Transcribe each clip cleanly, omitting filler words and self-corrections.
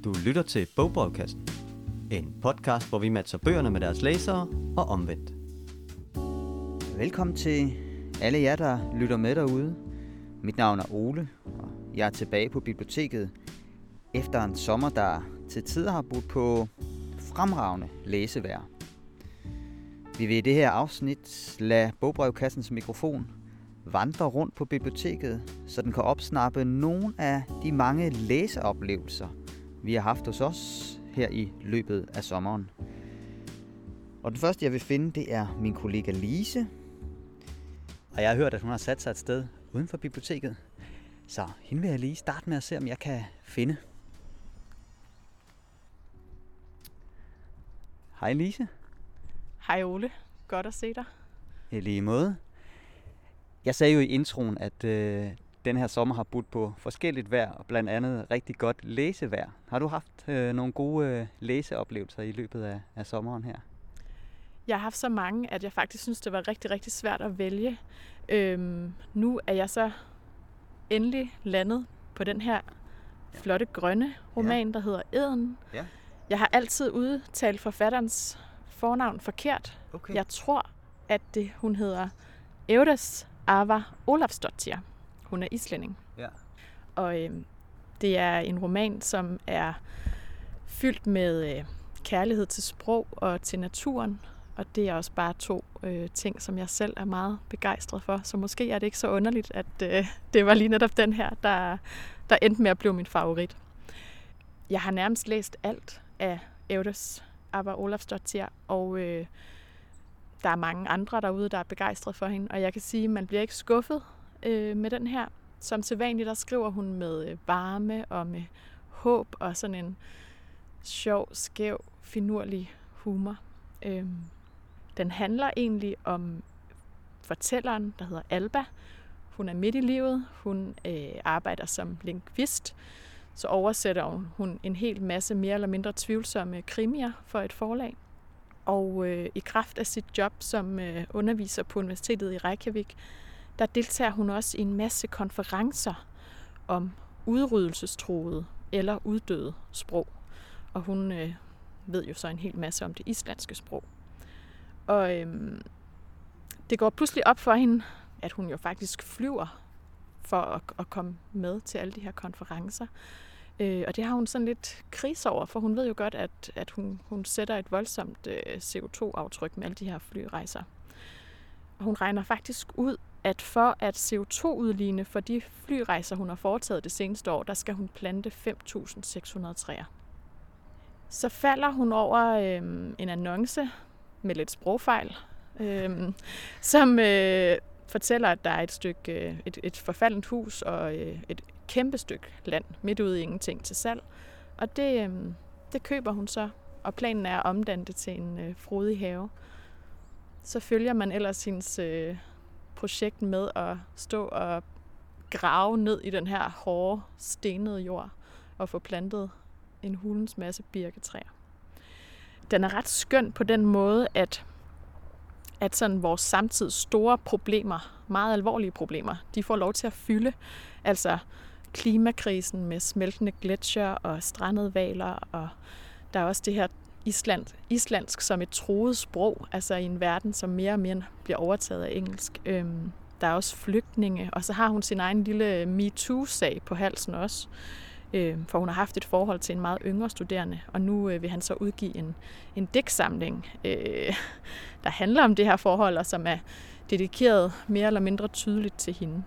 Du lytter til Bogbrevkassen, en podcast, hvor vi matcher bøgerne med deres læsere og omvendt. Velkommen til alle jer, der lytter med derude. Mit navn er Ole, og jeg er tilbage på biblioteket efter en sommer, der til tider har budt på fremragende læsevejr. Vi vil i det her afsnit lade Bogbrevkassens mikrofon vandre rundt på biblioteket, så den kan opsnappe nogle af de mange læseoplevelser, vi har haft hos os her i løbet af sommeren. Og den første, jeg vil finde, det er min kollega Lise. Og jeg har hørt, at hun har sat sig et sted uden for biblioteket. Så hende vil jeg lige starte med at se, om jeg kan finde. Hej Lise. Hej Ole. Godt at se dig. I lige måde. Jeg sagde jo i introen, at den her sommer har budt på forskelligt vejr, og blandt andet rigtig godt læsevejr. Har du haft nogle gode læseoplevelser i løbet af sommeren her? Jeg har haft så mange, at jeg faktisk synes, det var rigtig, rigtig svært at vælge. Nu er jeg så endelig landet på den her flotte grønne roman, der hedder Eden. Ja. Jeg har altid udtalt forfatterens fornavn forkert. Okay. Jeg tror, at hun hedder Eudes Ava Ólafsdóttir. Hun er islænding. Ja. Og det er en roman, som er fyldt med kærlighed til sprog og til naturen. Og det er også bare to ting, som jeg selv er meget begejstret for. Så måske er det ikke så underligt, at det var lige netop den her, der endte med at blive min favorit. Jeg har nærmest læst alt af Eudes Ava Ólafsdóttir, og der er mange andre derude, der er begejstret for hende. Og jeg kan sige, at man bliver ikke skuffet med den her. Som sædvanligt, der skriver hun med varme og med håb og sådan en sjov, skæv, finurlig humor. Den handler egentlig om fortælleren, der hedder Alba. Hun er midt i livet. Hun arbejder som lingvist. Så oversætter hun en hel masse mere eller mindre tvivlsomme krimier for et forlag. Og i kraft af sit job som underviser på universitetet i Reykjavik, der deltager hun også i en masse konferencer om udryddelsestruede eller uddøde sprog. Og hun ved jo så en hel masse om det islandske sprog. Og det går pludselig op for hende, at hun jo faktisk flyver for at komme med til alle de her konferencer. Og det har hun sådan lidt krise over, for hun ved jo godt, at hun sætter et voldsomt CO2-aftryk med alle de her flyrejser. Og hun regner faktisk ud, at for at CO2-udligne for de flyrejser, hun har foretaget det seneste år, der skal hun plante 5.600 træer. Så falder hun over en annonce med lidt sprogfejl, som fortæller, at der er et forfaldent hus og et kæmpe stykke land midt ude i ingenting til salg. Og det køber hun så, og planen er at omdanne det til en frodig have. Så følger man ellers hendes projekt med at stå og grave ned i den her hårde, stenede jord og få plantet en hulens masse birketræer. Den er ret skøn på den måde, at sådan vores samtids store problemer, meget alvorlige problemer, de får lov til at fylde. Altså klimakrisen med smeltende gletsjer og strandede hvaler, og der er også det her islandsk som et truet sprog, altså i en verden, som mere og mere bliver overtaget af engelsk. Der er også flygtninge, og så har hun sin egen lille MeToo-sag på halsen også, for hun har haft et forhold til en meget yngre studerende, og nu vil han så udgive en digtsamling, der handler om det her forhold, og som er dedikeret mere eller mindre tydeligt til hende.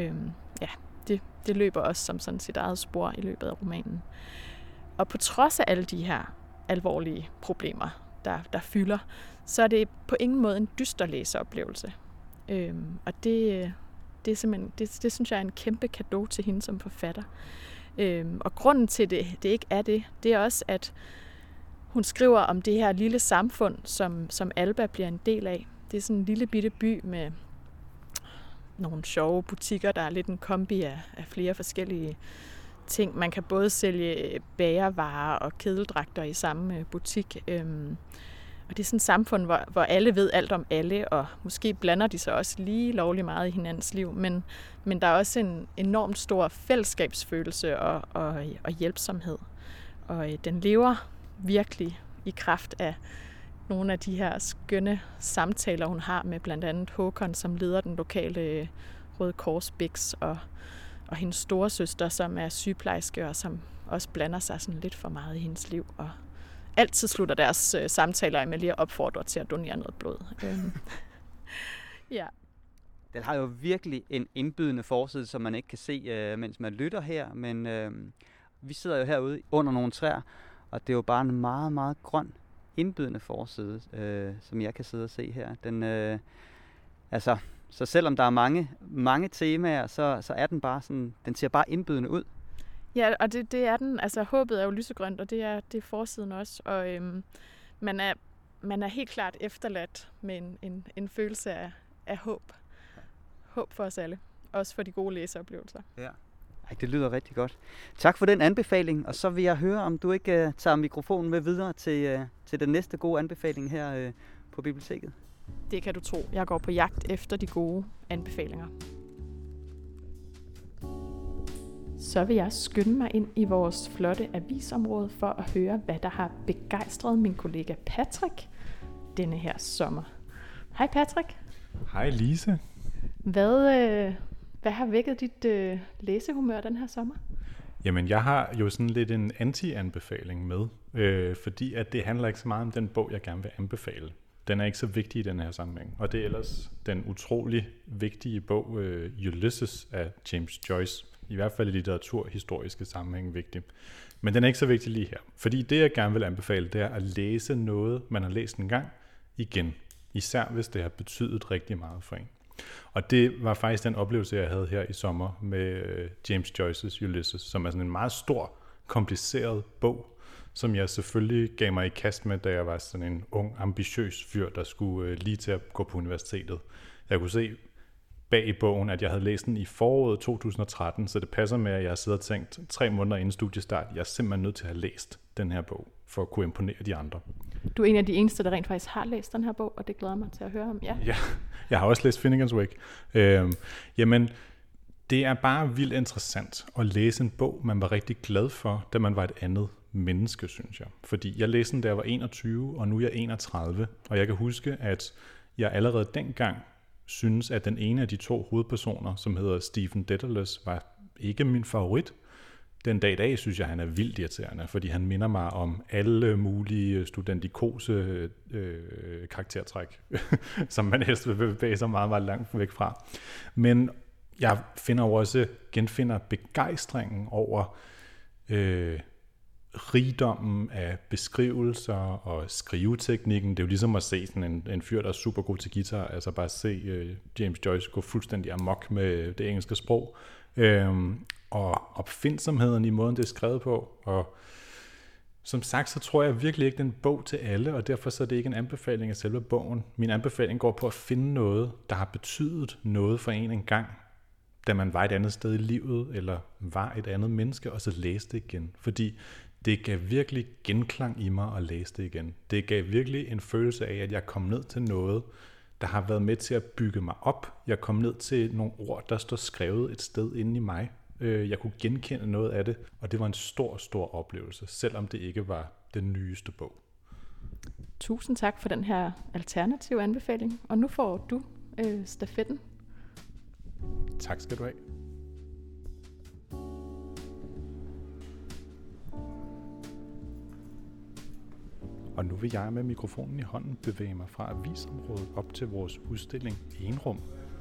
Det løber også som sådan sit eget spor i løbet af romanen. Og på trods af alle de her alvorlige problemer, der fylder, så er det på ingen måde en dyster læseoplevelse. Og det er simpelthen, det synes jeg er en kæmpe cadeau til hende som forfatter. Og grunden til det ikke er det er også, at hun skriver om det her lille samfund, som Alba bliver en del af. Det er sådan en lille bitte by med nogle sjove butikker, der er lidt en kombi af flere forskellige ting. Man kan både sælge bagervarer og kedeldragter i samme butik. Og det er sådan et samfund, hvor alle ved alt om alle, og måske blander de sig også lige lovligt meget i hinandens liv. Men der er også en enormt stor fællesskabsfølelse og hjælpsomhed. Og den lever virkelig i kraft af nogle af de her skønne samtaler, hun har med blandt andet Håkon, som leder den lokale Røde Kors Bix, og hendes storesøster, som er sygeplejerske, og som også blander sig sådan lidt for meget i hendes liv. Og altid slutter deres samtaler med lige at opfordre til at donere noget blod. Ja. Den har jo virkelig en indbydende forside, som man ikke kan se, mens man lytter her, men vi sidder jo herude under nogle træer, og det er jo bare en meget, meget grøn, indbydende forside, som jeg kan sidde og se her. Den, så selvom der er mange temaer, så er den bare sådan, den ser bare indbydende ud. Ja, og det er den. Altså håbet er jo lysegrønt, og det er forsiden også. Og man er helt klart efterladt med en følelse af håb. Håb for os alle. Også for de gode læseoplevelser. Ja. Ej, det lyder rigtig godt. Tak for den anbefaling, og så vil jeg høre, om du ikke tager mikrofonen med videre til den næste gode anbefaling her på biblioteket. Det kan du tro. Jeg går på jagt efter de gode anbefalinger. Så vil jeg skynde mig ind i vores flotte avisområde for at høre, hvad der har begejstret min kollega Patrick denne her sommer. Hej Patrick. Hej Lise. Hvad har vækket dit læsehumør den her sommer? Jamen, jeg har jo sådan lidt en anti-anbefaling med, fordi at det handler ikke så meget om den bog, jeg gerne vil anbefale. Den er ikke så vigtig i den her sammenhæng. Og det er ellers den utrolig vigtige bog Ulysses af James Joyce. I hvert fald i litteraturhistoriske sammenhæng vigtig. Men den er ikke så vigtig lige her. Fordi det, jeg gerne vil anbefale, det er at læse noget, man har læst en gang igen. Især hvis det har betydet rigtig meget for en. Og det var faktisk den oplevelse, jeg havde her i sommer med James Joyces Ulysses, som er sådan en meget stor, kompliceret bog, som jeg selvfølgelig gav mig i kast med, da jeg var sådan en ung, ambitiøs fyr, der skulle lige til at gå på universitetet. Jeg kunne se bag i bogen, at jeg havde læst den i foråret 2013, så det passer med, at jeg har siddet og tænkt 3 måneder inden studiestart, jeg er simpelthen nødt til at have læst den her bog, for at kunne imponere de andre. Du er en af de eneste, der rent faktisk har læst den her bog, og det glæder mig til at høre om. Ja, jeg har også læst Finnegan's Wake. Jamen, det er bare vildt interessant at læse en bog, man var rigtig glad for, da man var et andet menneske, synes jeg. Fordi jeg læste den, da jeg var 21, og nu er jeg 31, og jeg kan huske, at jeg allerede dengang synes, at den ene af de 2 hovedpersoner, som hedder Stephen Dedalus, var ikke min favorit. Den dag i dag synes jeg, han er vildt irriterende, fordi han minder mig om alle mulige studentikose karaktertræk, som man helst vil bevæge sig meget, meget langt væk fra. Men jeg genfinder begejstringen over rigdommen af beskrivelser og skriveteknikken. Det er jo ligesom at se sådan en fyr, der er super god til guitar, altså bare se James Joyce gå fuldstændig amok med det engelske sprog. Og opfindsomheden i måden, det er skrevet på. Og som sagt, så tror jeg virkelig ikke, det er en bog til alle, og derfor så er det ikke en anbefaling af selve bogen. Min anbefaling går på at finde noget, der har betydet noget for en gang, da man var et andet sted i livet, eller var et andet menneske, og så læse det igen. Fordi det gav virkelig genklang i mig at læse det igen. Det gav virkelig en følelse af, at jeg kom ned til noget, der har været med til at bygge mig op. Jeg kom ned til nogle ord, der står skrevet et sted inde i mig. Jeg kunne genkende noget af det, og det var en stor, stor oplevelse, selvom det ikke var den nyeste bog. Tusind tak for den her alternative anbefaling, og nu får du stafetten. Tak skal du have. Og nu vil jeg med mikrofonen i hånden bevæge mig fra avisområdet op til vores udstilling Enrum.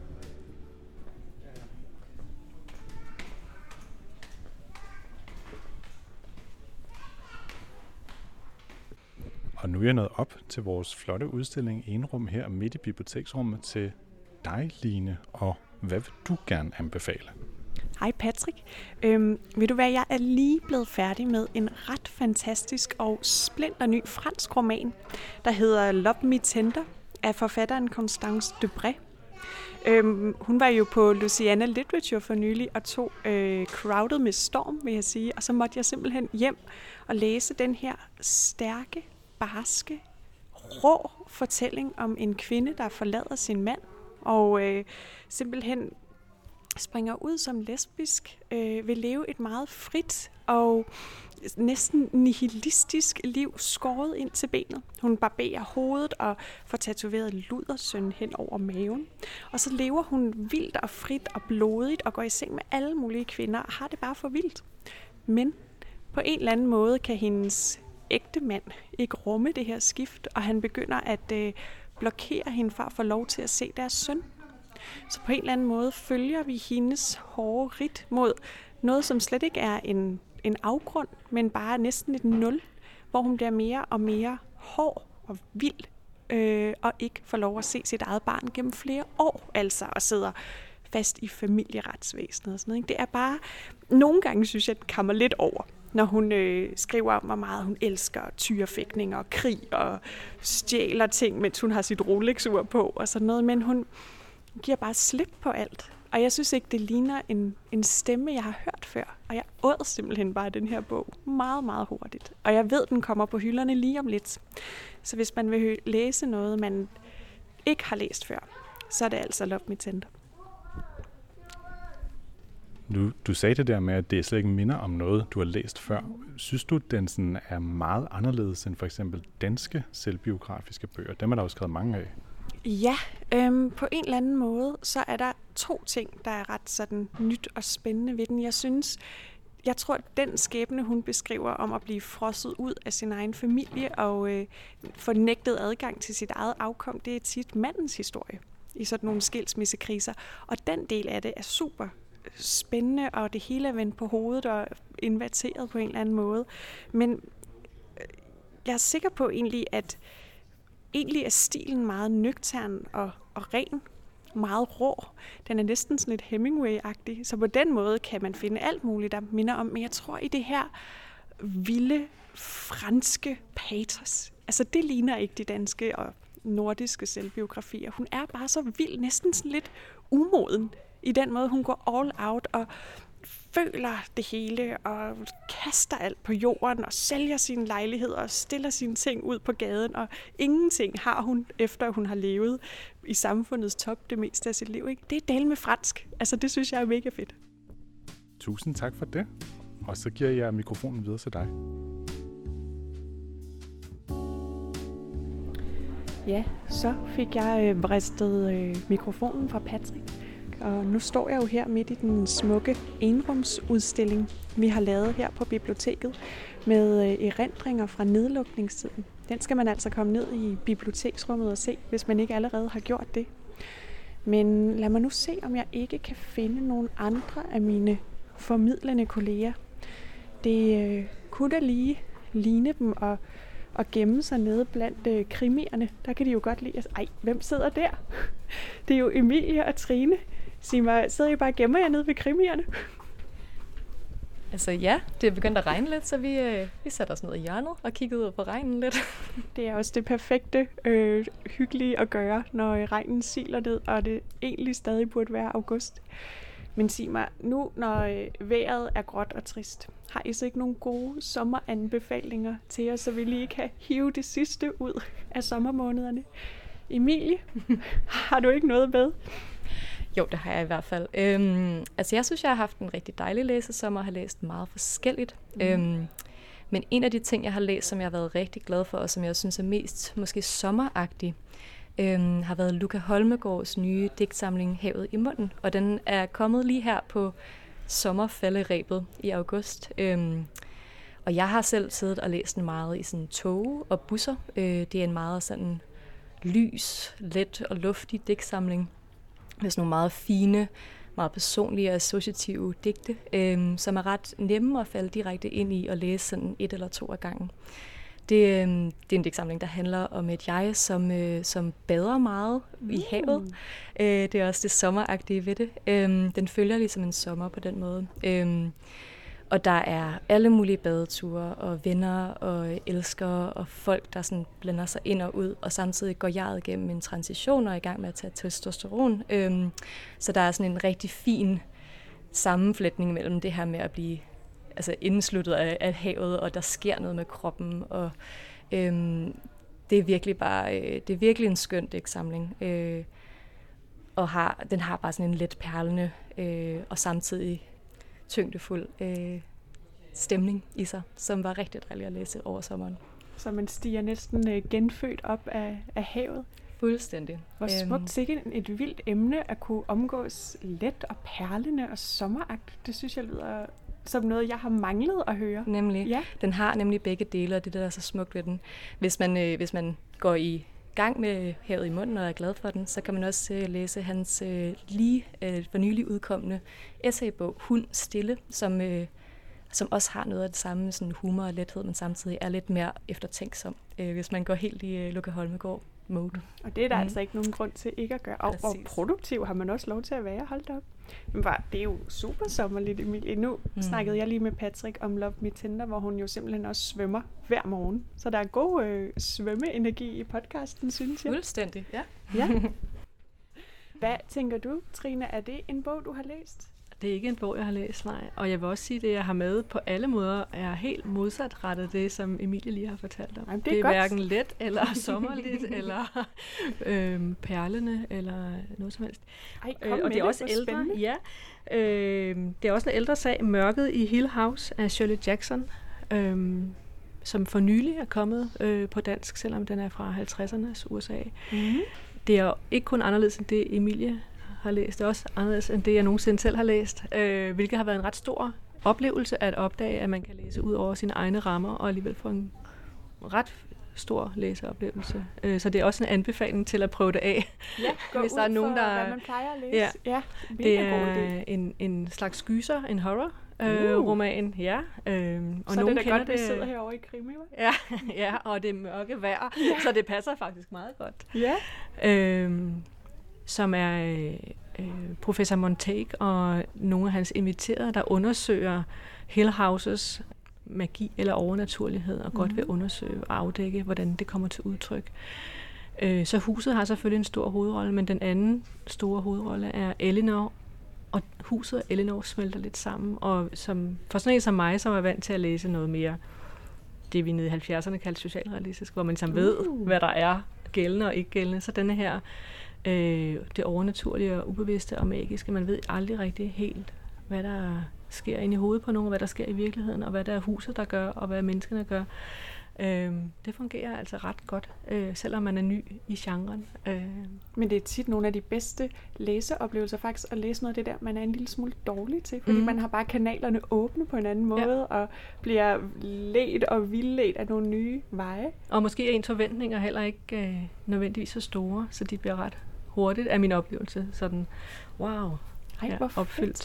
Og nu er jeg nået op til vores flotte udstilling Enrum her midt i biblioteksrummet til dig, Line. Og hvad vil du gerne anbefale? Hej Patrick. Vil du være, jeg er lige blevet færdig med en ret fantastisk og splinterny fransk roman, der hedder Love Me Tender af forfatteren Constance Dubré. Hun var jo på Louisiana Literature for nylig og tog Crowded med storm, vil jeg sige. Og så måtte jeg simpelthen hjem og læse den her stærke, barske, rå fortælling om en kvinde, der forlader sin mand og simpelthen springer ud som lesbisk, vil leve et meget frit og næsten nihilistisk liv skåret ind til benet. Hun barberer hovedet og får tatoveret ludersøn hen over maven. Og så lever hun vildt og frit og blodigt og går i seng med alle mulige kvinder og har det bare for vildt. Men på en eller anden måde kan hendes ægte mand ikke rumme det her skift, og han begynder at blokere hende for at få lov til at se deres søn. Så på en eller anden måde følger vi hendes hårde ridt mod noget, som slet ikke er en afgrund, men bare næsten et nul, hvor hun bliver mere og mere hård og vild, og ikke får lov at se sit eget barn gennem flere år, altså, og sidder fast i familieretsvæsenet og sådan noget. Ikke? Det er bare, nogle gange synes jeg, at den kammer lidt over, når hun skriver om, hvor meget hun elsker tyrefægtning og krig og stjæler ting, mens hun har sit Rolex-ur på og sådan noget, men hun giver bare slip på alt. Og jeg synes ikke, det ligner en stemme, jeg har hørt før. Og jeg åd simpelthen bare den her bog meget, meget hurtigt. Og jeg ved, den kommer på hylderne lige om lidt. Så hvis man vil læse noget, man ikke har læst før, så er det altså Love Me Tender. Du sagde det der med, at det slet ikke minder om noget, du har læst før. Synes du, den sådan er meget anderledes end for eksempel danske selvbiografiske bøger? Dem er der jo skrevet mange af. Ja, på en eller anden måde, så er der 2 ting, der er ret sådan nyt og spændende ved den. Jeg tror, at den skæbne, hun beskriver om at blive frosset ud af sin egen familie og få nægtet adgang til sit eget afkom, det er tit mandens historie i sådan nogle skilsmissekriser. Og den del af det er super spændende, og det hele er vendt på hovedet og inverteret på en eller anden måde. Men jeg er sikker på at egentlig er stilen meget nøgtern og ren, meget rå. Den er næsten sådan lidt Hemingway-agtig, så på den måde kan man finde alt muligt, der minder om. Men jeg tror i det her vilde, franske patos, altså det ligner ikke de danske og nordiske selvbiografier. Hun er bare så vild, næsten sådan lidt umoden i den måde, hun går all out og føler det hele og kaster alt på jorden og sælger sin lejlighed og stiller sine ting ud på gaden, og ingenting har hun, efter hun har levet i samfundets top det meste af sit liv. Ikke? Det er delt med fransk. Altså, det synes jeg er mega fedt. Tusind tak for det. Og så giver jeg mikrofonen videre til dig. Ja, så fik jeg vristet mikrofonen fra Patrick. Og nu står jeg jo her midt i den smukke enrumsudstilling, vi har lavet her på biblioteket med erindringer fra nedlukningstiden. Den skal man altså komme ned i biblioteksrummet og se, hvis man ikke allerede har gjort det. Men lad mig nu se, om jeg ikke kan finde nogle andre af mine formidlende kolleger. Det kunne da lige ligne dem og gemme sig nede blandt krimierne. Der kan de jo godt lide. Ej, hvem sidder der? Det er jo Emilie og Trine. Sig mig, sidder I bare og gemmer jer nede ved krimierne? Altså ja, det er begyndt at regne lidt, så vi satte os ned i hjørnet og kiggede ud på regnen lidt. Det er også det perfekte hyggelige at gøre, når regnen siler ned, og det egentlig stadig burde være august. Men sig mig, nu når vejret er gråt og trist, har I så ikke nogle gode sommeranbefalinger til os, så vi lige kan hive det sidste ud af sommermånederne? Emilie, har du ikke noget med? Jo, det har jeg i hvert fald. Altså jeg synes, jeg har haft en rigtig dejlig læsesommer og har læst meget forskelligt. Men en af de ting, jeg har læst, som jeg har været rigtig glad for, og som jeg synes er mest måske sommeragtig, har været Luca Holmegårds nye digtsamling Havet i munden. Og den er kommet lige her på sommerfalderebet i august. Og jeg har selv siddet og læst den meget i sådan tog og busser. Det er en meget sådan lys, let og luftig digtsamling. Med sådan nogle meget fine, meget personlige og associative digte, som er ret nemme at falde direkte ind i og læse sådan 1 eller 2 af gangen. Det er en digtsamling, der handler om et jeg, som bader meget i havet. Det er også det sommeragtige ved det. Den følger ligesom en sommer på den måde. Og der er alle mulige badeture og venner og elskere og folk, der sådan blander sig ind og ud, og samtidig går jeget gennem en transition og er i gang med at tage testosteron. Så der er sådan en rigtig fin sammenflætning mellem det her med at blive indsluttet af havet, og der sker noget med kroppen. Og det er virkelig en skøn digtsamling. og den har bare sådan en let perlende og samtidig tyngdefuld stemning i sig, som var rigtig dejlig at læse over sommeren. Så man stiger næsten genfødt op af havet. Fuldstændig. Hvor smukt, sikkert et vildt emne at kunne omgås let og perlende og sommeragtigt. Det synes jeg lyder som noget, jeg har manglet at høre. Nemlig. Ja. Den har nemlig begge dele, og det der er så smukt ved den. Hvis man går i gang med Havet i munden og er glad for den, så kan man også læse hans for nylig udkommende essaybog, Hund Stille, som også har noget af det samme sådan humor og lethed, men samtidig er lidt mere eftertænksom, hvis man går helt i Lukke Holmegård mode. Og det er der altså ikke nogen grund til ikke at gøre. Og produktiv har man også lov til at være, holdt op. Men det er jo super sommerligt, Emilie. Nu snakkede jeg lige med Patrick om Love Me Tender, hvor hun jo simpelthen også svømmer hver morgen. Så der er god svømmeenergi i podcasten, synes jeg. Fuldstændig, ja. Hvad tænker du, Trine? Er det en bog, du har læst? Det er ikke en bog, jeg har læst, nej. Og jeg vil også sige, at det, jeg har med på alle måder, er helt modsatrettet det, som Emilie lige har fortalt om. Jamen, det er hverken let eller sommerligt, eller perlende, eller noget som helst. Og det er også ældre. Ja. Det er også en ældre sag, Mørket i Hill House af Shirley Jackson, som for nylig er kommet på dansk, selvom den er fra 50'ernes USA. Mm-hmm. Det er ikke kun anderledes end det, Emilie har læst. Det er også anderledes end det, jeg nogensinde selv har læst, hvilket har været en ret stor oplevelse at opdage, at man kan læse ud over sine egne rammer, og alligevel få en ret stor læseoplevelse. Så det er også en anbefaling til at prøve det af. Ja, hvis der er nogen, der hvad man plejer at læse. Ja, det er en slags gyser, en horror. Roman, ja. Og så nogen det er godt, vi sidder herovre i krimi, hva'? Ja, og det er mørke vejr, så det passer faktisk meget godt. Ja. Som er professor Montague og nogle af hans inviterede, der undersøger Hill Houses magi eller overnaturlighed, og godt vil undersøge og afdække, hvordan det kommer til udtryk. Så huset har selvfølgelig en stor hovedrolle, men den anden store hovedrolle er Elinor, og huset og Elinor smelter lidt sammen, og for sådan en som mig, som er vant til at læse noget mere, det vi nede i 70'erne kaldte socialrealistisk, hvor man ligesom ved, hvad der er gældende og ikke gældende, så denne her det overnaturlige og ubevidste og magiske. Man ved aldrig rigtig helt, hvad der sker inde i hovedet på nogen, hvad der sker i virkeligheden, og hvad der er huset, der gør, og hvad menneskene gør. Det fungerer altså ret godt, selvom man er ny i genren. Men det er tit nogle af de bedste læseoplevelser faktisk, at læse noget af det der, man er en lille smule dårlig til, fordi man har bare kanalerne åbne på en anden måde, og bliver ledt og vildledt af nogle nye veje. Og måske er ens forventninger heller ikke nødvendigvis så store, så de bliver ret hurtigt af min oplevelse. Sådan, wow, opfyldt.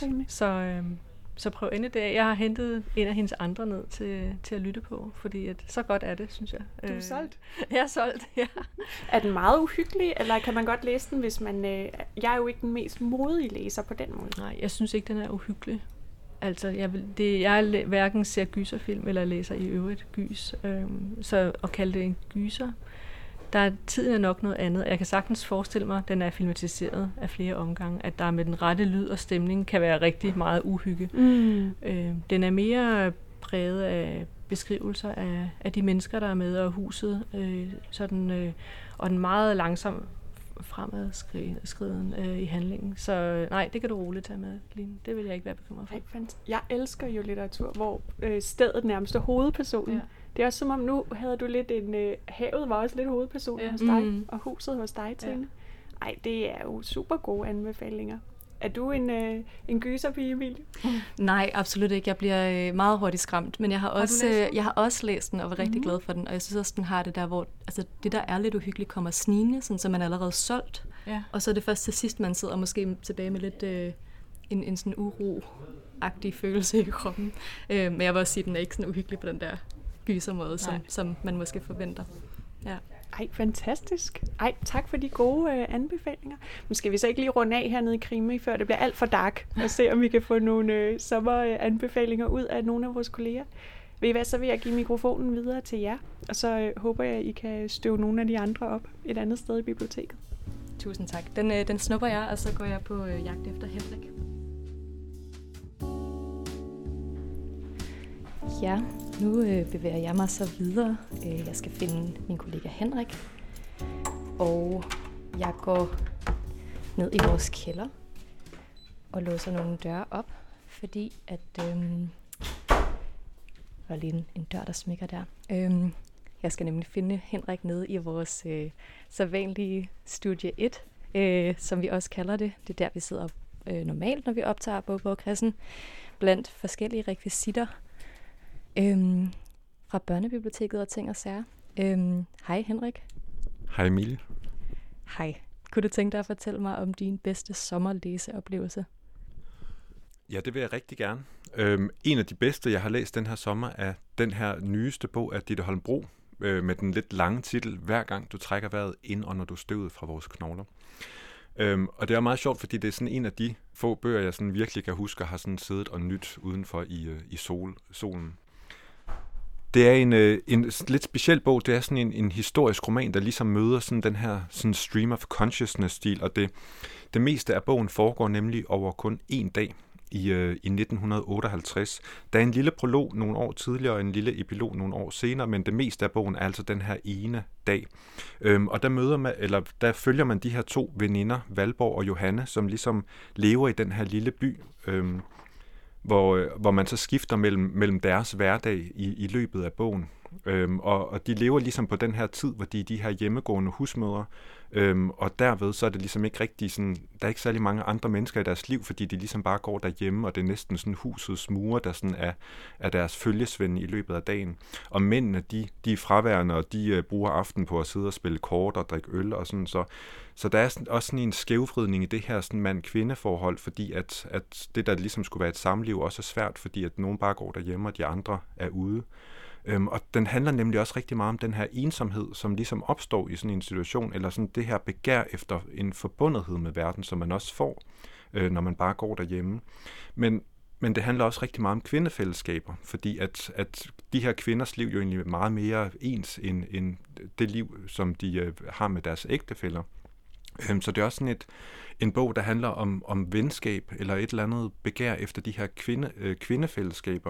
Så prøv endelig det. Jeg har hentet en af hendes andre ned til at lytte på, fordi så godt er det, synes jeg. Du er solgt? Jeg er solgt, ja. Er den meget uhyggelig, eller kan man godt læse den, hvis man... Jeg er jo ikke den mest modige læser på den måde. Nej, jeg synes ikke, den er uhyggelig. Altså, jeg hverken ser gyserfilm eller læser i øvrigt gys. Så at kalde det en gyser, tiden er nok noget andet. Jeg kan sagtens forestille mig, at den er filmatiseret af flere omgange, at der med den rette lyd og stemning kan være rigtig meget uhygge. Den er mere præget af beskrivelser af de mennesker, der er med, og huset, og den meget langsom fremadskriden i handlingen. Så nej, det kan du roligt tage med, Line. Det vil jeg ikke være bekymret for. Jeg elsker jo litteratur, hvor stedet nærmest er hovedpersonen. Ja. Det er også som om, nu havde du lidt havet var også lidt hovedpersonen hos dig, og huset hos dig, Trine. Ej, det er jo super gode anbefalinger. Er du en gyserpige, Emilie? Nej, absolut ikke. Jeg bliver meget hurtigt skræmt, men jeg har også læst den og var rigtig glad for den, og jeg synes også, den har det der, hvor altså, det der er lidt uhyggeligt kommer snigende, sådan, så man er allerede solgt, og så er det først til sidst, man sidder måske tilbage med lidt en sådan uro-agtig følelse i kroppen. Men jeg vil også sige, at den er ikke sådan uhyggelig på den der gysermåde, som man måske forventer. Ja. Ej, fantastisk. Ej, tak for de gode anbefalinger. Men skal vi så ikke lige runde af hernede i Krimi, før det bliver alt for dark, og se om vi kan få nogle sommeranbefalinger ud af nogle af vores kolleger. Ved I hvad, så vil jeg give mikrofonen videre til jer, og så håber jeg, at I kan støve nogle af de andre op et andet sted i biblioteket. Tusind tak. Den snupper jeg, og så går jeg på jagt efter Henrik. Ja, nu bevæger jeg mig så videre. Jeg skal finde min kollega Henrik, og jeg går ned i vores kælder og låser nogle døre op, fordi at... der er lige en dør, der smækker der. Jeg skal nemlig finde Henrik nede i vores sædvanlige studie 1, som vi også kalder det. Det er der, vi sidder normalt, når vi optager Bogbogkassen, blandt forskellige rekvisitter fra børnebiblioteket og ting og sager. Hej Henrik. Hej Emilie. Hej. Kunne du tænke dig at fortælle mig om din bedste sommerlæseoplevelse? Ja, det vil jeg rigtig gerne. En af de bedste, jeg har læst den her sommer, er den her nyeste bog af Ditte Holmbro, med den lidt lange titel, Hver gang du trækker vejret ind under du støvet fra vores knogler. Og det er meget sjovt, fordi det er sådan en af de få bøger, jeg sådan virkelig kan huske at have sådan siddet og nyt udenfor i solen. Det er en lidt speciel bog. Det er sådan en historisk roman, der ligesom møder sådan den her sådan stream of consciousness-stil, og det meste af bogen foregår nemlig over kun en dag i 1958. Der er en lille prolog nogle år tidligere og en lille epilog nogle år senere, men det meste af bogen er altså den her ene dag. Og der følger man de her to veninder, Valborg og Johanne, som ligesom lever i den her lille by, hvor man så skifter mellem deres hverdag i løbet af bogen. Og de lever ligesom på den her tid, hvor de er de her hjemmegående husmødre, og derved så er det ligesom ikke rigtig sådan, der er ikke særlig mange andre mennesker i deres liv, fordi de ligesom bare går derhjemme, og det er næsten sådan husets mure, der sådan er deres følgesvende i løbet af dagen. Og mændene, de er fraværende, og de bruger aften på at sidde og spille kort og drikke øl og sådan, så der er også sådan en skævvridning i det her sådan mand-kvinde-forhold, fordi at det, der ligesom skulle være et samliv, også er svært, fordi at nogen bare går derhjemme, og de andre er ude. Og den handler nemlig også rigtig meget om den her ensomhed, som ligesom opstår i sådan en situation, eller sådan det her begær efter en forbundethed med verden, som man også får, når man bare går derhjemme. Men det handler også rigtig meget om kvindefællesskaber, fordi at de her kvinders liv jo egentlig er meget mere ens end det liv, som de har med deres ægtefæller. Så det er også sådan en bog, der handler om venskab, eller et eller andet begær efter de her kvindefællesskaber.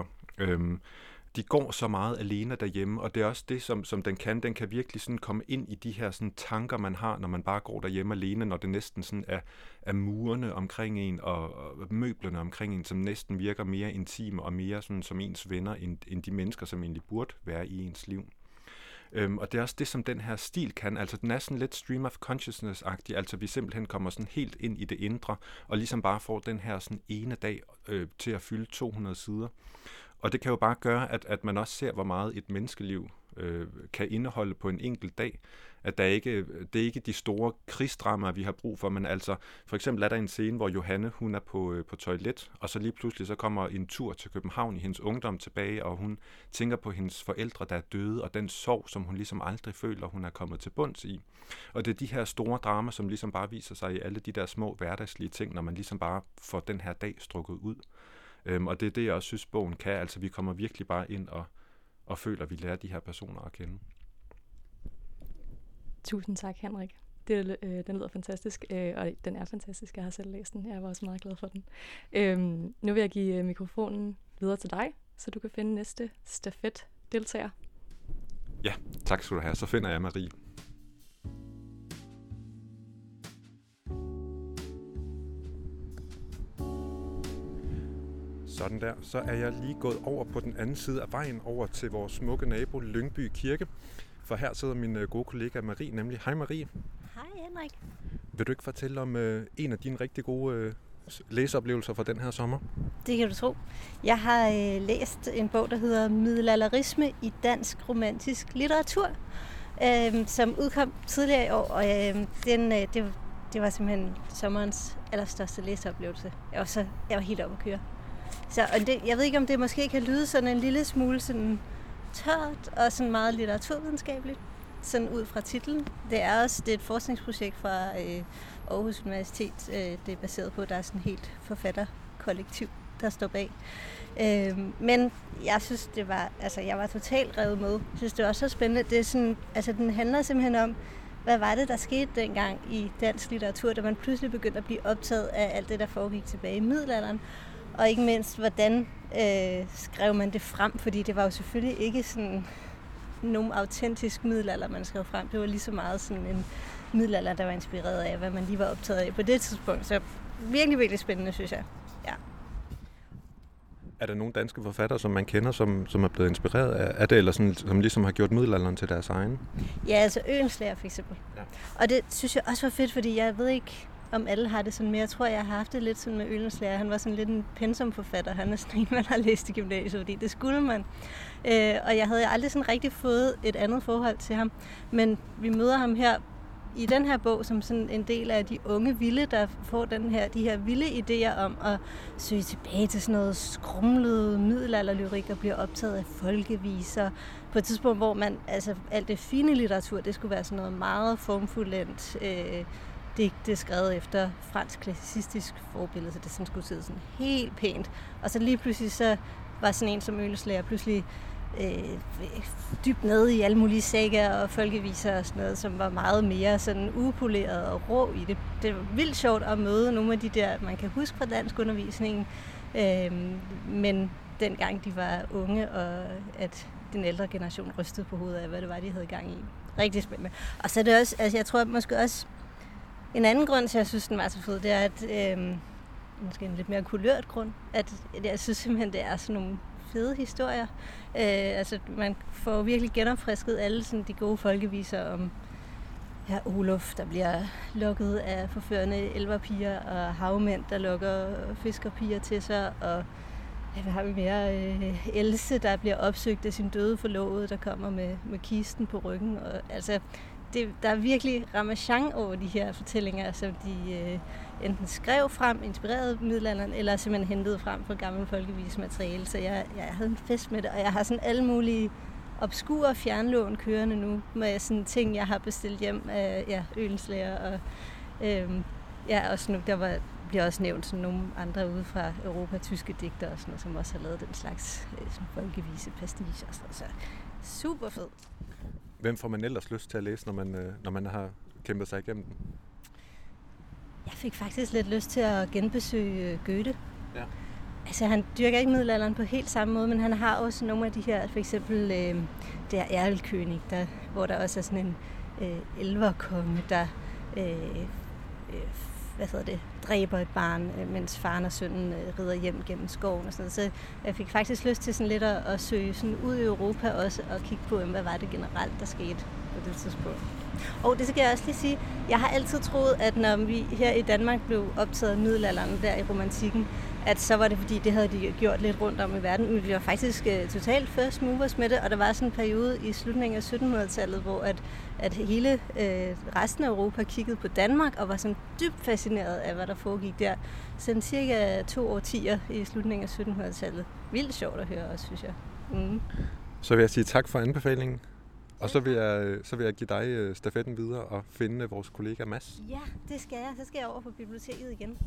De går så meget alene derhjemme, og det er også det, som den kan. Den kan virkelig sådan komme ind i de her sådan tanker, man har, når man bare går derhjemme alene, når det næsten sådan er murene omkring en, og møblerne omkring en, som næsten virker mere intime og mere sådan, som ens venner, end de mennesker, som egentlig burde være i ens liv. Og det er også det, som den her stil kan. Altså den er sådan lidt stream of consciousness-agtig, altså vi simpelthen kommer sådan helt ind i det indre, og ligesom bare får den her sådan ene dag til at fylde 200 sider. Og det kan jo bare gøre, at man også ser, hvor meget et menneskeliv kan indeholde på en enkelt dag. At det er ikke de store krigsdramaer, vi har brug for, men altså for eksempel er der en scene, hvor Johanne, hun er på toilet, og så lige pludselig så kommer en tur til København i hendes ungdom tilbage, og hun tænker på hendes forældre, der er døde, og den sorg, som hun ligesom aldrig føler, hun er kommet til bunds i. Og det er de her store drama, som ligesom bare viser sig i alle de der små hverdagslige ting, når man ligesom bare får den her dag strukket ud. Og det er det, jeg også synes, bogen kan. Altså, vi kommer virkelig bare ind og føler, at vi lærer de her personer at kende. Tusind tak, Henrik. Den lyder fantastisk, og den er fantastisk. Jeg har selv læst den. Jeg var også meget glad for den. Nu vil jeg give mikrofonen videre til dig, så du kan finde næste stafet-deltager. Ja, tak skal du have. Så finder jeg Marie. Sådan der. Så er jeg lige gået over på den anden side af vejen over til vores smukke nabo Lyngby Kirke. For her sidder min gode kollega Marie, nemlig. Hej Marie. Hej Henrik. Vil du ikke fortælle om en af dine rigtig gode læseoplevelser fra den her sommer? Det kan du tro. Jeg har læst en bog, der hedder Middelalderisme i dansk romantisk litteratur, som udkom tidligere i år, og det var simpelthen sommerens allerstørste læseoplevelse. Jeg var helt oppe at køre. Jeg ved ikke, om det måske kan lyde sådan en lille smule sådan tørt og sådan meget litteraturvidenskabeligt, sådan ud fra titlen. Det er et forskningsprojekt fra Aarhus Universitet, det er baseret på, at der er sådan helt forfatterkollektiv, der står bag. Men jeg synes, jeg var totalt revet med. Jeg synes, det var også så spændende. Det er sådan, den handler simpelthen om, hvad var det, der skete dengang i dansk litteratur, da man pludselig begyndte at blive optaget af alt det, der foregik tilbage i middelalderen. Og ikke mindst, hvordan skrev man det frem, fordi det var jo selvfølgelig ikke sådan nogen autentisk middelalder, man skrev frem. Det var lige så meget sådan middelalder, der var inspireret af, hvad man lige var optaget af på det tidspunkt. Så virkelig, virkelig spændende, synes jeg. Ja. Er der nogle danske forfattere, som man kender, som er blevet inspireret af det, eller som ligesom har gjort middelalderen til deres egen? Ja, altså Oehlenschläger for eksempel. Ja. Og det synes jeg også var fedt, fordi jeg ved ikke, om alle har det sådan, men jeg tror, jeg har haft det lidt sådan med Oehlenschläger. Han var sådan lidt en pensumforfatter. Han er sådan en, man har læst i gymnasiet, fordi det skulle man. Og jeg havde aldrig sådan rigtig fået et andet forhold til ham. Men vi møder ham her i den her bog som sådan en del af de unge vilde, der får de her vilde idéer om at søge tilbage til sådan noget skrumlet middelalderlyrik og bliver optaget af folkeviser. På et tidspunkt, hvor man, altså alt det fine litteratur, det skulle være sådan noget meget formfuldendt digte skrevet efter fransk klassicistisk forbillede, så det sådan skulle sidde sådan helt pænt. Og så lige pludselig så var sådan en som Oehlenschläger pludselig dybt nede i alle mulige sagaer og folkeviser og sådan noget, som var meget mere sådan upoleret og rå i det. Det var vildt sjovt at møde nogle af de der, man kan huske fra danskundervisningen, men dengang de var unge, og at den ældre generation rystede på hovedet af, hvad det var, de havde gang i. Rigtig spændende. Og så er det også, altså jeg tror måske også, en anden grund til, at jeg synes, den var så fed, det er, at måske en lidt mere kulørt grund, at jeg synes simpelthen, det er sådan nogle fede historier. Altså man får virkelig genopfrisket alle sådan de gode folkeviser om Olof, der bliver lukket af forførende elverpiger, og havmænd, der lukker fiskerpiger til sig, og hvad har vi mere? Else, der bliver opsøgt af sin døde forlovede, der kommer med kisten på ryggen. Og, altså, der er virkelig ramachan over de her fortællinger, som de enten skrev frem, inspireret middelalderen, eller simpelthen hentede frem fra gammel folkevisemateriale. Så jeg havde en fest med det, og jeg har sådan alle mulige obskure fjernlån kørende nu, med sådan ting, jeg har bestilt hjem af Oehlenschläger. Og også nu, bliver også nævnt sådan nogle andre ude fra Europa, tyske digtere og sådan noget, som også har lavet den slags folkevise pastiche og sådan noget. Så super fed. Hvem får man ellers lyst til at læse, når man har kæmpet sig igennem den? Jeg fik faktisk lidt lyst til at genbesøge Goethe. Ja. Altså han dyrker ikke middelalderen på helt samme måde, men han har også nogle af de her, for eksempel der Erlkönig, hvor der også er sådan en elverkonge, der dræber et barn, mens faren og sønnen rider hjem gennem skoven og sådan noget. Så jeg fik faktisk lyst til sådan lidt at søge sådan ud i Europa også og kigge på, hvad var det generelt, der skete på det tidspunkt. Og det skal jeg også lige sige, jeg har altid troet, at når vi her i Danmark blev optaget af middelalderen der i romantikken, at så var det fordi, det havde de gjort lidt rundt om i verden. Men vi var faktisk totalt first movers med det, og der var sådan en periode i slutningen af 1700-tallet, hvor at hele resten af Europa kiggede på Danmark og var sådan dybt fascineret af, hvad der foregik der. Sådan cirka 2 årtier i slutningen af 1700-tallet. Vildt sjovt at høre også, synes jeg. Mm. Så vil jeg sige tak for anbefalingen. Og så vil jeg give dig stafetten videre og finde vores kollega Mads. Ja, det skal jeg. Så skal jeg over på biblioteket igen.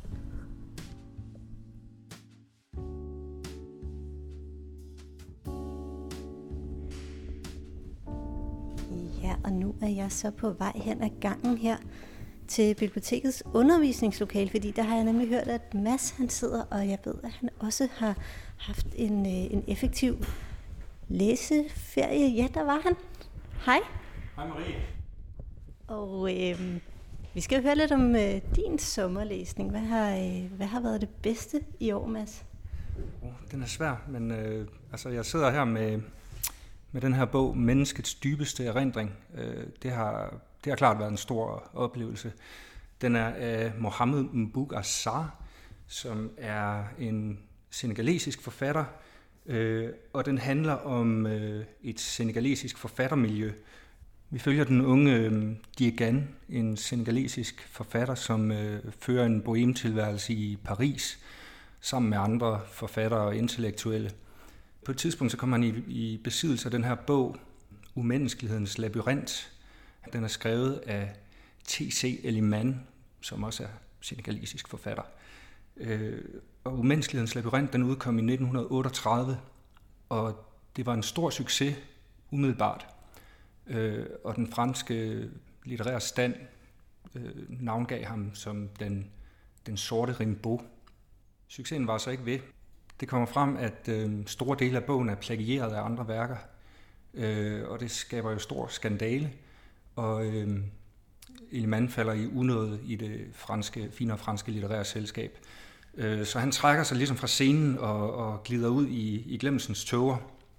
Ja, og nu er jeg så på vej hen ad gangen her til bibliotekets undervisningslokale, fordi der har jeg nemlig hørt, at Mads han sidder, og jeg ved, at han også har haft en effektiv læseferie. Ja, der var han. Hej. Hej Marie. Og vi skal høre lidt om din sommerlæsning. Hvad har været det bedste i år, Mads? Den er svær, men jeg sidder her med den her bog, Menneskets dybeste erindring. Det har klart været en stor oplevelse. Den er af Mohamed Mbougar Sarr, som er en senegalesisk forfatter, og den handler om et senegalesisk forfattermiljø. Vi følger den unge Diegan, en senegalesisk forfatter, som fører en boheme-tilværelse i Paris, sammen med andre forfattere og intellektuelle. På et tidspunkt så kommer han i besiddelse af den her bog, Umenneskelighedens labyrint. Den er skrevet af T.C. Eliman, som også er senegalesisk forfatter. Og Umenneskelighedens labyrint, den udkom i 1938, og det var en stor succes umiddelbart. Og den franske litterære stand navngav ham som den sorte Rimbaud. Succesen var så ikke ved. Det kommer frem, at store dele af bogen er plagieret af andre værker, og det skaber jo stor skandale. Og Elliman falder i unåde i det finere franske litterære selskab. Så han trækker sig ligesom fra scenen og glider ud i glemsens tåger.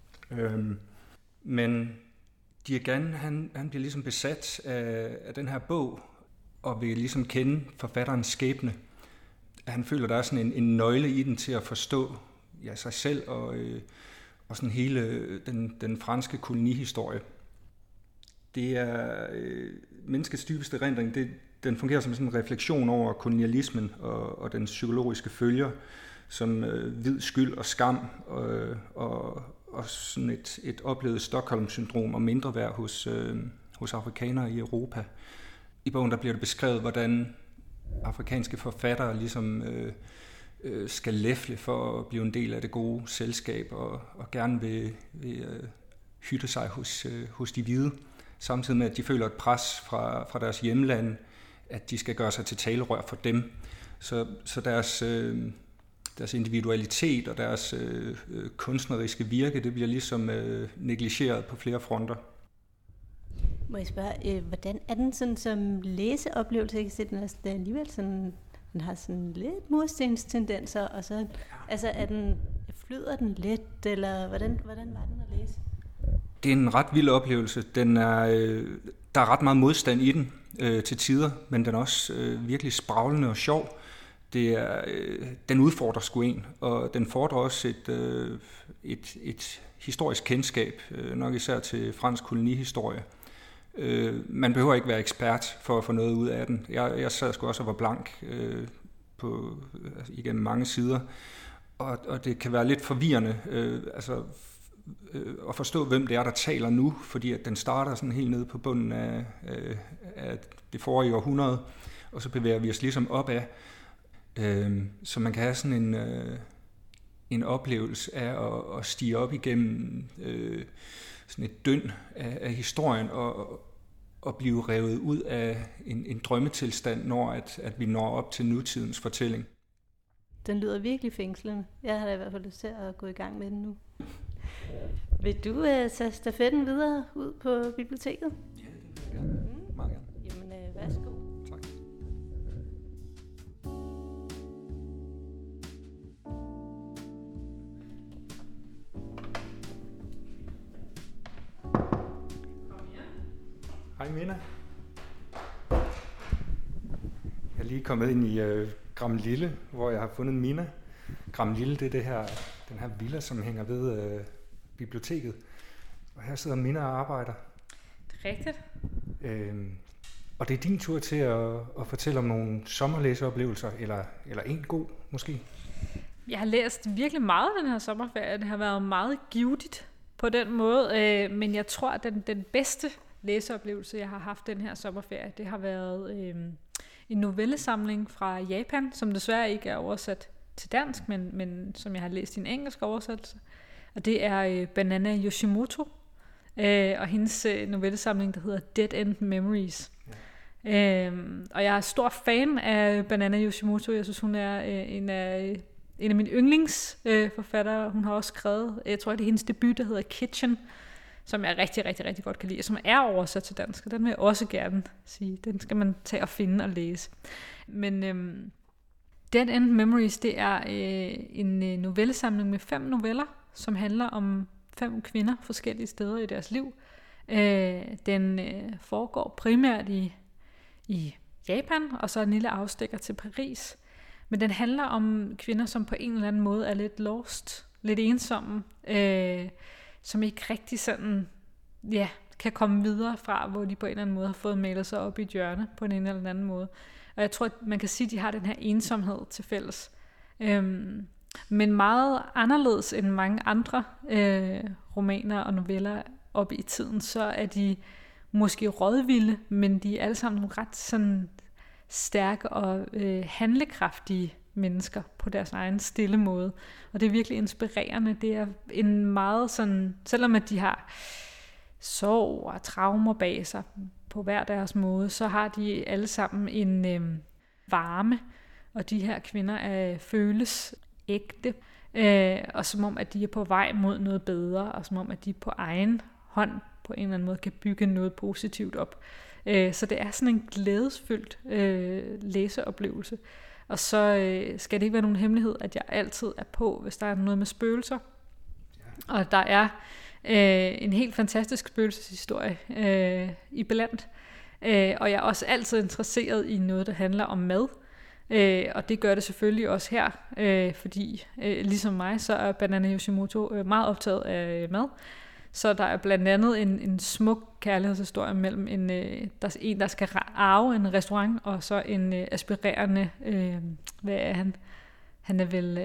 Men Diagan, han bliver ligesom besat af den her bog, og vil ligesom kende forfatterens skæbne. Han føler, der er sådan en nøgle i den til at forstå sig selv og sådan hele den franske kolonihistorie. Det er menneskets dybeste erindring. Den fungerer som sådan en refleksion over kolonialismen og dens psykologiske følger, som hvid skyld og skam og sådan et oplevet Stockholm-syndrom og mindreværd hos afrikanere i Europa. I bogen der bliver det beskrevet, hvordan afrikanske forfattere ligesom skal læfle for at blive en del af det gode selskab og gerne vil hytte sig hos de hvide, samtidig med at de føler et pres fra deres hjemland, at de skal gøre sig til talerør for dem. Så deres individualitet og deres kunstneriske virke, det bliver ligesom negligeret på flere fronter. Må jeg spørge, hvordan er den sådan som læseoplevelse? Jeg kan se, den er alligevel sådan, den har sådan lidt murstenstendenser, og så altså flyder den let, eller hvordan var den at læse? Det er en ret vild oplevelse. Der er ret meget modstand i den til tider, men den er også virkelig spraglende og sjov. Den udfordrer sgu en, og den fordrer også et historisk kendskab, nok især til fransk kolonihistorie. Man behøver ikke være ekspert for at få noget ud af den. Jeg sad sgu også og var blank igennem mange sider, og det kan være lidt forvirrende at forstå, hvem det er, der taler nu, fordi at den starter sådan helt nede på bunden af det forrige århundrede, og så bevæger vi os ligesom opad. Så man kan have sådan en oplevelse af at stige op igennem sådan et døn af historien og blive revet ud af en drømmetilstand, når at vi når op til nutidens fortælling. Den lyder virkelig fængslende. Jeg har da i hvert fald lyst til at gå i gang med den nu. Vil du tage stafetten videre ud på biblioteket? Ja, det vil jeg gerne. Meget gerne. Jamen, værsgo. Tak. Hej Mina. Jeg er lige kommet ind i Gramlille, hvor jeg har fundet Mina. Gramlille, det er den her villa, som hænger ved biblioteket. Og her sidder Mina og arbejder. Det er rigtigt. Og det er din tur til at fortælle om nogle sommerlæseoplevelser, eller en god måske. Jeg har læst virkelig meget den her sommerferie. Det har været meget givetigt på den måde. Men jeg tror, at den bedste læseoplevelse, jeg har haft den her sommerferie, det har været en novellesamling fra Japan, som desværre ikke er oversat til dansk, men som jeg har læst i en engelsk oversættelse. Og det er Banana Yoshimoto og hendes novellesamling, der hedder Dead End Memories. Ja. Og jeg er stor fan af Banana Yoshimoto. Jeg synes, hun er en af mine yndlingsforfattere. Hun har også skrevet, jeg tror, det er hendes debut, der hedder Kitchen, som jeg rigtig, rigtig, rigtig godt kan lide, og som er oversat til dansk, og den vil jeg også gerne sige. Den skal man tage og finde og læse. Men Dead End Memories, det er en novellesamling med 5 noveller, som handler om 5 kvinder forskellige steder i deres liv. Den foregår primært i Japan, og så en lille afstikker til Paris. Men den handler om kvinder, som på en eller anden måde er lidt lost, lidt ensomme, som ikke rigtig sådan, kan komme videre fra, hvor de på en eller anden måde har fået malet sig op i et hjørne på en eller anden måde. Og jeg tror, at man kan sige, at de har den her ensomhed til fælles. Men meget anderledes end mange andre romaner og noveller oppe i tiden, så er de måske rådvilde, men de er alle sammen ret sådan stærke og handlekraftige mennesker på deres egen stille måde. Og det er virkelig inspirerende. Det er en meget sådan, selvom at de har sorg og traumer bag sig på hver deres måde, så har de alle sammen en varme, og de her kvinder føles ægte, og som om, at de er på vej mod noget bedre, og som om, at de på egen hånd på en eller anden måde kan bygge noget positivt op. Så det er sådan en glædesfyldt læseoplevelse. Og så skal det ikke være nogen hemmelighed, at jeg altid er på, hvis der er noget med spøgelser. Og der er en helt fantastisk spøgelseshistorie iblandt. Og jeg er også altid interesseret i noget, der handler om mad. Og det gør det selvfølgelig også her, fordi ligesom mig, så er Banana Yoshimoto meget optaget af mad. Så der er blandt andet en smuk kærlighedshistorie mellem en, der skal arve en restaurant, og så en aspirerende, hvad er han? Han er vel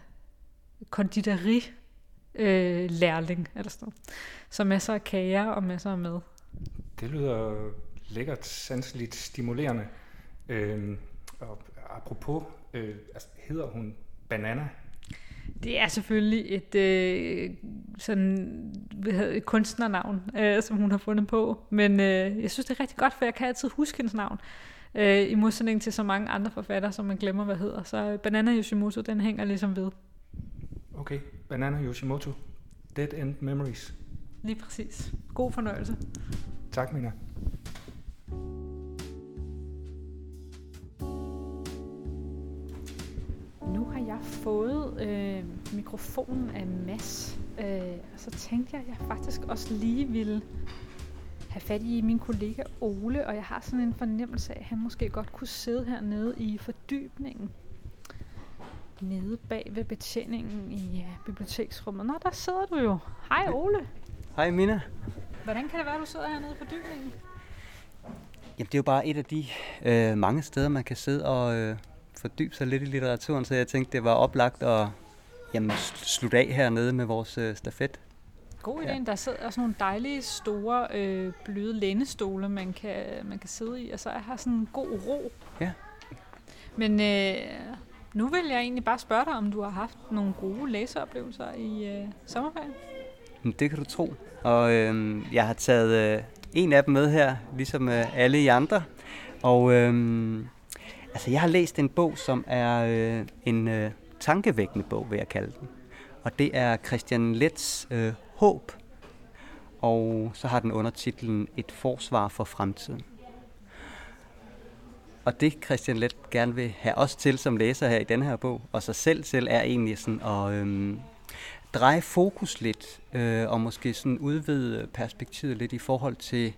konditori-lærling, eller sådan noget. Så masser af kager og masser af mad. Det lyder lækkert, sanseligt stimulerende. Og apropos, hedder hun Banana? Det er selvfølgelig et kunstnernavn, som hun har fundet på. Men jeg synes, det er rigtig godt, for jeg kan altid huske hendes navn. I modsætning til så mange andre forfattere, som man glemmer, hvad hedder. Så Banana Yoshimoto, den hænger ligesom ved. Okay, Banana Yoshimoto. Dead End Memories. Lige præcis. God fornøjelse. Tak, Mina. Nu har jeg fået mikrofonen af Mads, og så tænkte jeg, at jeg faktisk også lige ville have fat i min kollega Ole, og jeg har sådan en fornemmelse af, at han måske godt kunne sidde hernede i fordybningen, nede bag ved betjeningen i biblioteksrummet. Nå, der sidder du jo. Hej Ole. Hej Mina. Hvordan kan det være, at du sidder hernede i fordybningen? Jamen, det er jo bare et af de mange steder, man kan sidde og fordybe sig lidt i litteraturen, så jeg tænkte, det var oplagt at slutte af hernede med vores stafet. God idé. Ja. Der sidder også nogle dejlige, store, bløde lænestole, man kan sidde i, og så er her sådan en god ro. Ja. Men nu vil jeg egentlig bare spørge dig, om du har haft nogle gode læseoplevelser i sommerferien? Det kan du tro. Og jeg har taget en af dem med her, ligesom alle I andre. Og jeg har læst en bog, som er en tankevækkende bog, vil jeg kalde den. Og det er Kristian Leths Håb. Og så har den undertitlen Et forsvar for fremtiden. Og det Kristian Leth gerne vil have os til som læser her i den her bog, og sig selv til, er egentlig sådan at dreje fokus lidt, og måske sådan udvide perspektivet lidt i forhold til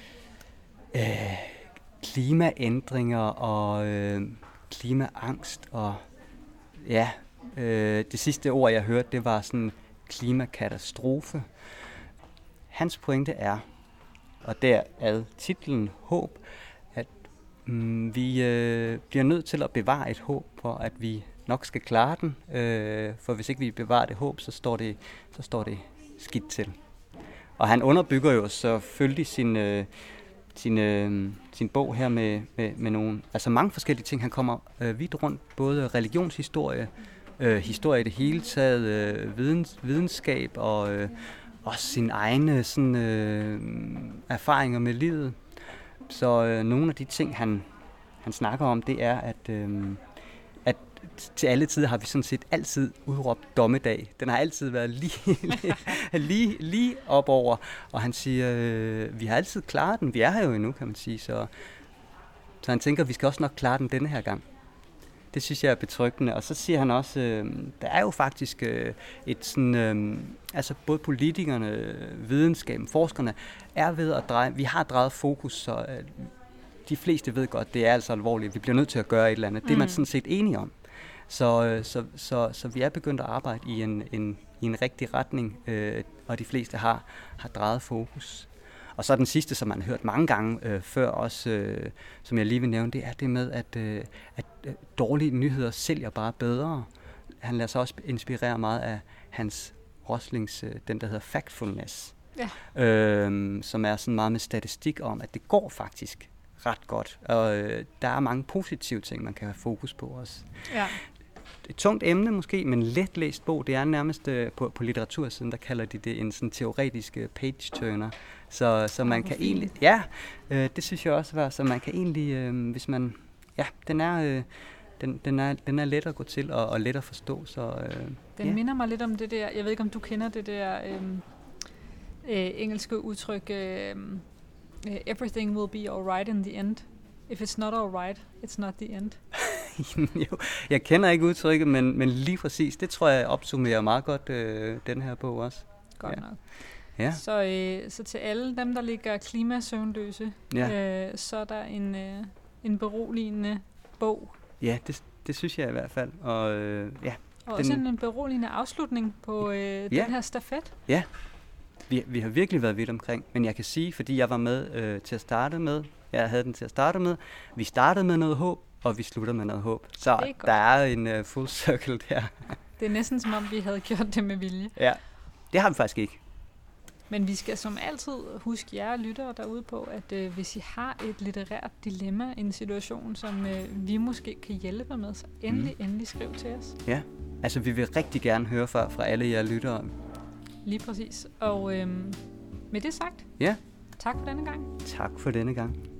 klimaændringer og klimaangst. Og ja, det sidste ord, jeg hørte, det var sådan klimakatastrofe. Hans pointe er, og derad titlen Håb, at vi bliver nødt til at bevare et håb for, at vi nok skal klare den. For hvis ikke vi bevarer det håb, så står det skidt til. Og han underbygger jo selvfølgelig sin bog her med nogle, altså mange forskellige ting. Han kommer vidt rundt, både religionshistorie, historie i det hele taget, videnskab og også sine egne sådan, erfaringer med livet. Så nogle af de ting, han snakker om, det er, at til alle tider har vi sådan set altid udråbt dommedag. Den har altid været lige op over. Og han siger, vi har altid klaret den. Vi er her jo endnu, kan man sige. Så han tænker, vi skal også nok klare den denne her gang. Det synes jeg er betryggende. Og så siger han også, der er jo faktisk et sådan, altså både politikerne, videnskaben, forskerne er ved at dreje. Vi har drejet fokus, så de fleste ved godt, det er altså alvorligt. Vi bliver nødt til at gøre et eller andet. Det er man sådan set enige om. Så vi er begyndt at arbejde i en rigtig retning, og de fleste har drejet fokus. Og så den sidste, som man har hørt mange gange før også, som jeg lige vil nævne, det er det med, at dårlige nyheder sælger bare bedre. Han lader sig også inspirere meget af Hans Roslings, den der hedder Factfulness, som er sådan meget med statistik om, at det går faktisk ret godt. Og der er mange positive ting, man kan have fokus på også. Ja. Et tungt emne måske, men let læst bog. Det er nærmest på litteratursiden, der kalder de det en sådan teoretisk page-turner. Så man kan egentlig... Ja, det synes jeg også var. Så man kan egentlig, hvis man... Ja, den er let at gå til og let at forstå. Så, den minder mig lidt om det der... Jeg ved ikke, om du kender det der... engelske udtryk, everything will be alright in the end. If it's not alright, it's not the end. Jo, jeg kender ikke udtrykket, men lige præcis, det tror jeg opsummerer meget godt den her bog også. Godt nok. Ja. Så til alle dem, der ligger klimasøvnløse, så er der en beroligende bog. Ja, det synes jeg i hvert fald. Og også en beroligende afslutning på den her stafet. Ja, vi har virkelig været vidt omkring, men jeg kan sige, fordi jeg var med til at starte med, jeg havde den til at starte med, vi startede med noget håb, og vi slutter med noget håb. Så der er en full circle der. Det er næsten som om, vi havde gjort det med vilje. Ja, det har vi faktisk ikke. Men vi skal som altid huske jer lyttere derude på, at hvis I har et litterært dilemma, en situation, som vi måske kan hjælpe med, så endelig skriv til os. Ja, altså vi vil rigtig gerne høre fra alle jer lyttere. Lige præcis. Og med det sagt, tak for denne gang. Tak for denne gang.